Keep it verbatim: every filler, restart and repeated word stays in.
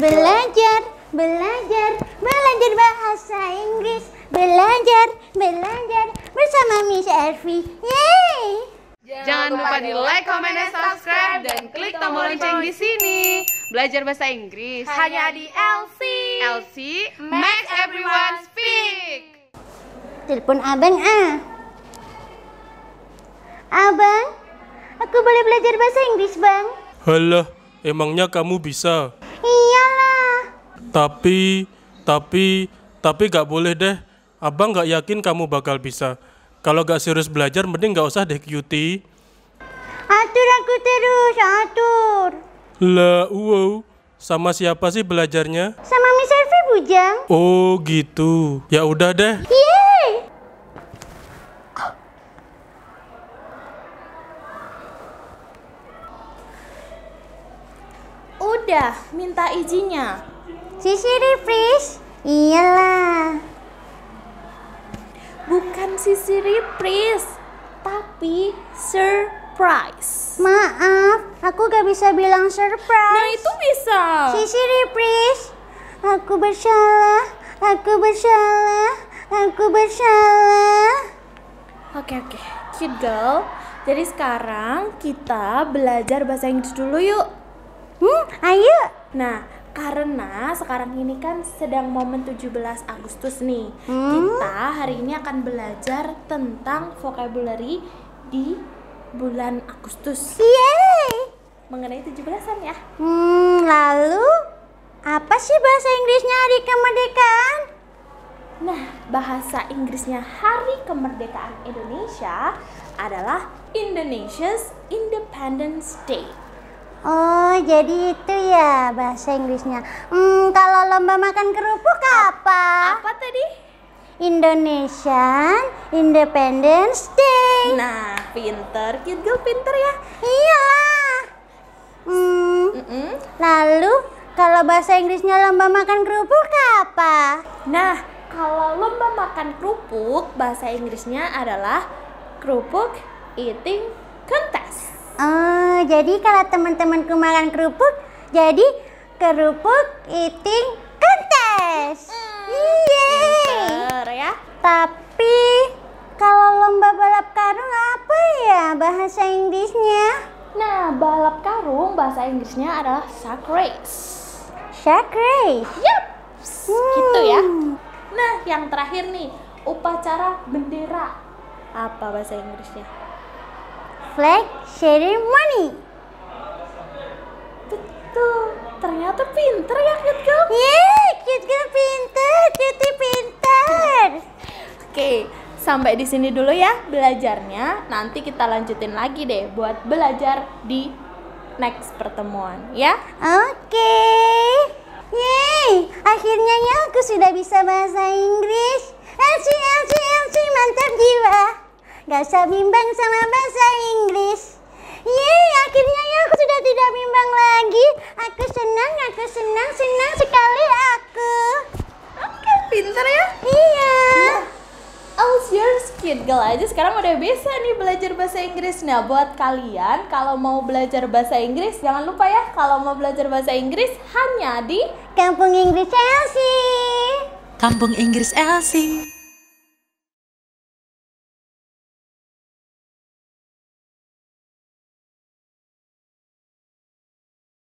Belajar, belajar, belajar bahasa Inggris. Belajar, belajar bersama Miss Elvi. Yeay! Jangan lupa di like, comment, dan subscribe dan klik tombol lonceng di sini. Belajar bahasa Inggris hanya di L C. L C makes everyone speak. Telepon abang ah. Abang, aku boleh belajar bahasa Inggris bang? Halah, emangnya kamu bisa? Iyalah. Tapi, tapi, tapi gak boleh deh. Abang gak yakin kamu bakal bisa. Kalau gak serius belajar, mending gak usah deh cutie. Atur aku terus, atur. Lah, wow. Sama siapa sih belajarnya? Sama Miss Elvi Bujang. Oh gitu. Ya udah deh. Yeay! Udah, minta izinnya. Sisi refresh. Iyalah. Bukan Sisi reprise, tapi surprise. Maaf, aku gak bisa bilang surprise. Nah itu bisa. Sisi reprise. Aku bersalah, aku bersalah, aku bersalah. Oke oke, cute girl. Jadi sekarang kita belajar bahasa Inggris dulu yuk. Hmm, ayo. Nah, karena sekarang ini kan sedang momen tujuh belas Agustus nih. Hmm? Kita hari ini akan belajar tentang vocabulary di bulan Agustus. Yeay. Mengenai tujuh belasan ya. Hmm, lalu apa sih bahasa Inggrisnya hari kemerdekaan? Nah, bahasa Inggrisnya Hari Kemerdekaan Indonesia adalah Indonesia's Independence Day. Oh, jadi itu ya bahasa Inggrisnya. Hmm, kalau lomba makan kerupuk apa? Apa tadi? Indonesian Independence Day. Nah, pinter, cute girl pinter ya. Iyalah. Hmm, Mm-mm. lalu kalau bahasa Inggrisnya lomba makan kerupuk apa? Nah, kalau lomba makan kerupuk, bahasa Inggrisnya adalah kerupuk eating contest. Oh, jadi kalau teman-temanku makan kerupuk, jadi kerupuk eating contest. Yeay. Pinter ya. Tapi kalau lomba balap karung apa ya bahasa Inggrisnya? Nah, balap karung bahasa Inggrisnya adalah sack race. Shark race. Yup, gitu ya. Hmm. Nah, yang terakhir nih, upacara bendera. Apa bahasa Inggrisnya? Flag ceremony. Betul, ternyata pinter ya cute girl. Yeay, cute girl pinter, cutie pinter. Oke, sampai di sini dulu ya belajarnya. Nanti kita lanjutin lagi deh buat belajar di next pertemuan ya. Oke. Yeay, akhirnya ya aku sudah bisa bahasa Inggris. Elsie, Elsie, Elsie, mantap jiwa. Gak usah bimbang sama bahasa Inggris. Yeay, akhirnya ya aku sudah tidak bimbang lagi. Aku senang, aku senang, senang sekali aku. Oke, pinter ya. Iya. Oh, yours cute girl aja sekarang udah bisa nih belajar bahasa Inggris. Nah, buat kalian kalau mau belajar bahasa Inggris, jangan lupa ya, kalau mau belajar bahasa Inggris hanya di Kampung Inggris Elsie. Kampung Inggris Elsie.